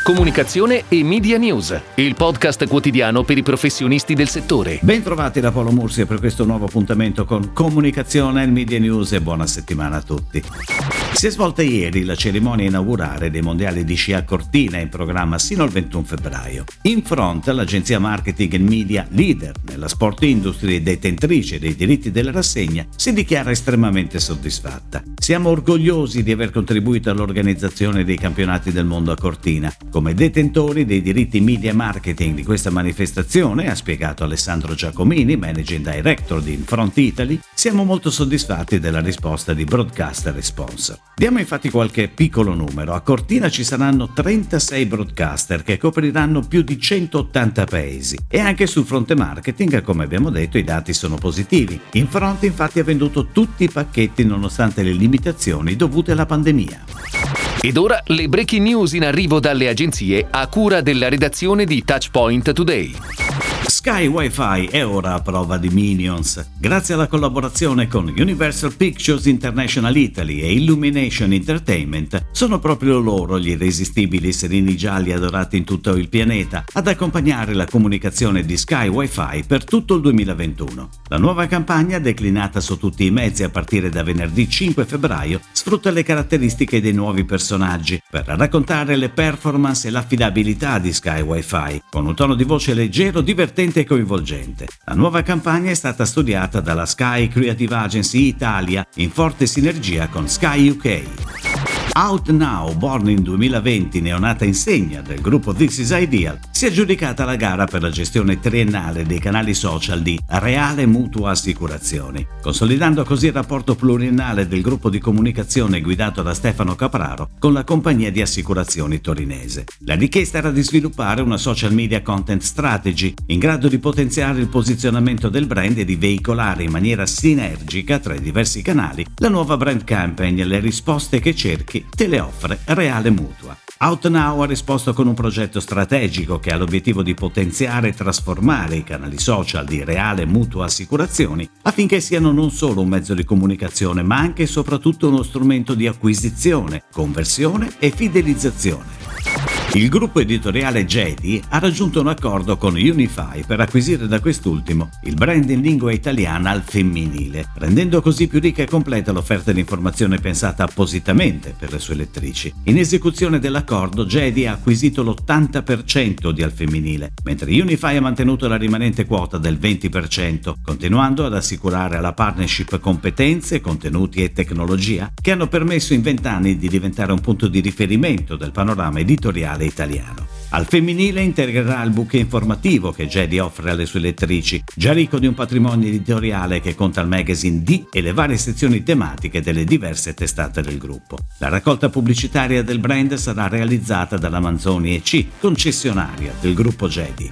Comunicazione e Media News, il podcast quotidiano per i professionisti del settore. Bentrovati da Paolo Mursia per questo nuovo appuntamento con Comunicazione e Media News e buona settimana a tutti. Si è svolta ieri la cerimonia inaugurale dei mondiali di sci a Cortina, in programma sino al 21 febbraio. In fronte l'agenzia marketing e media leader nella sport industry e detentrice dei diritti della rassegna si dichiara estremamente soddisfatta. Siamo orgogliosi di aver contribuito all'organizzazione dei campionati del mondo a Cortina. Come detentori dei diritti media marketing di questa manifestazione, ha spiegato Alessandro Giacomini, Managing Director di Infront Italy, siamo molto soddisfatti della risposta di broadcaster e sponsor. Diamo infatti qualche piccolo numero. A Cortina ci saranno 36 broadcaster che copriranno più di 180 paesi e anche sul fronte marketing, come abbiamo detto, i dati sono positivi. Infront infatti ha venduto tutti i pacchetti nonostante le limitazioni dovute alla pandemia. Ed ora le breaking news in arrivo dalle agenzie a cura della redazione di Touchpoint Today. Sky Wi-Fi è ora a prova di Minions. Grazie alla collaborazione con Universal Pictures International Italy e Illumination Entertainment, sono proprio loro gli irresistibili serini gialli adorati in tutto il pianeta ad accompagnare la comunicazione di Sky Wi-Fi per tutto il 2021. La nuova campagna, declinata su tutti i mezzi a partire da venerdì 5 febbraio, sfrutta le caratteristiche dei nuovi personaggi per raccontare le performance e l'affidabilità di Sky Wi-Fi, con un tono di voce leggero, divertente e coinvolgente. La nuova campagna è stata studiata dalla Sky Creative Agency Italia in forte sinergia con Sky UK. Out Now, born in 2020, neonata insegna del gruppo This Is Ideal, si è aggiudicata la gara per la gestione triennale dei canali social di Reale Mutua Assicurazioni, consolidando così il rapporto pluriennale del gruppo di comunicazione guidato da Stefano Capraro con la compagnia di assicurazioni torinese. La richiesta era di sviluppare una social media content strategy in grado di potenziare il posizionamento del brand e di veicolare in maniera sinergica tra i diversi canali la nuova brand campaign e le risposte che cerchi te le offre Reale Mutua. Out Now ha risposto con un progetto strategico che ha l'obiettivo di potenziare e trasformare i canali social di Reale Mutua Assicurazioni affinché siano non solo un mezzo di comunicazione ma anche e soprattutto uno strumento di acquisizione, conversione e fidelizzazione. Il gruppo editoriale Jedi ha raggiunto un accordo con Unify per acquisire da quest'ultimo il brand in lingua italiana al femminile, rendendo così più ricca e completa l'offerta di informazione pensata appositamente per le sue lettrici. In esecuzione dell'accordo, Jedi ha acquisito l'80% di al femminile, mentre Unify ha mantenuto la rimanente quota del 20%, continuando ad assicurare alla partnership competenze, contenuti e tecnologia che hanno permesso in 20 anni di diventare un punto di riferimento del panorama editoriale italiano. Al femminile integrerà il bouquet informativo che Jedi offre alle sue lettrici, già ricco di un patrimonio editoriale che conta il magazine D e le varie sezioni tematiche delle diverse testate del gruppo. La raccolta pubblicitaria del brand sarà realizzata dalla Manzoni EC, concessionaria del gruppo Jedi.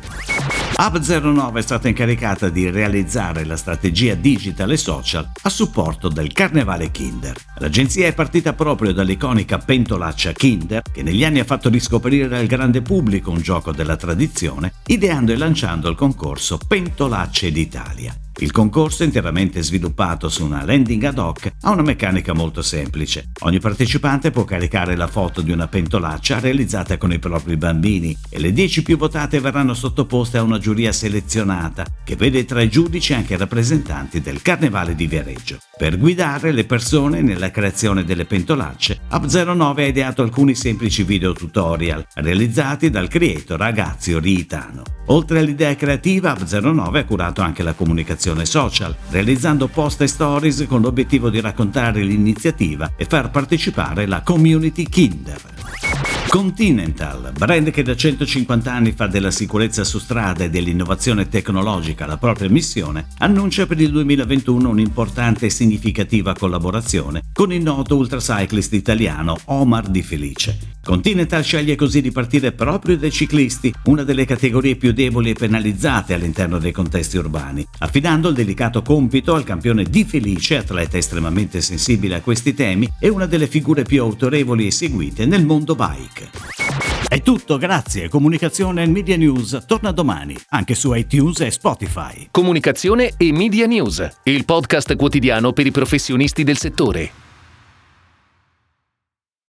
Hub09 è stata incaricata di realizzare la strategia digital e social a supporto del Carnevale Kinder. L'agenzia è partita proprio dall'iconica pentolaccia Kinder, che negli anni ha fatto riscoprire al grande pubblico un gioco della tradizione, ideando e lanciando il concorso Pentolacce d'Italia. Il concorso, interamente sviluppato su una landing ad hoc, ha una meccanica molto semplice. Ogni partecipante può caricare la foto di una pentolaccia realizzata con i propri bambini e le 10 più votate verranno sottoposte a una giuria selezionata che vede tra i giudici anche rappresentanti del Carnevale di Viareggio. Per guidare le persone nella creazione delle pentolacce, Hub09 ha ideato alcuni semplici video tutorial realizzati dal creator Agazio Riitano. Oltre all'idea creativa, Hub09 ha curato anche la comunicazione social, realizzando post e stories con l'obiettivo di raccontare l'iniziativa e far partecipare la community Kinder. Continental, brand che da 150 anni fa della sicurezza su strada e dell'innovazione tecnologica la propria missione, annuncia per il 2021 un'importante e significativa collaborazione con il noto ultracyclist italiano Omar Di Felice. Continental sceglie così di partire proprio dai ciclisti, una delle categorie più deboli e penalizzate all'interno dei contesti urbani, affidando il delicato compito al campione Di Felice, atleta estremamente sensibile a questi temi e una delle figure più autorevoli e seguite nel mondo bike. È tutto, grazie. Comunicazione e Media News torna domani, anche su iTunes e Spotify. Comunicazione e Media News, il podcast quotidiano per i professionisti del settore.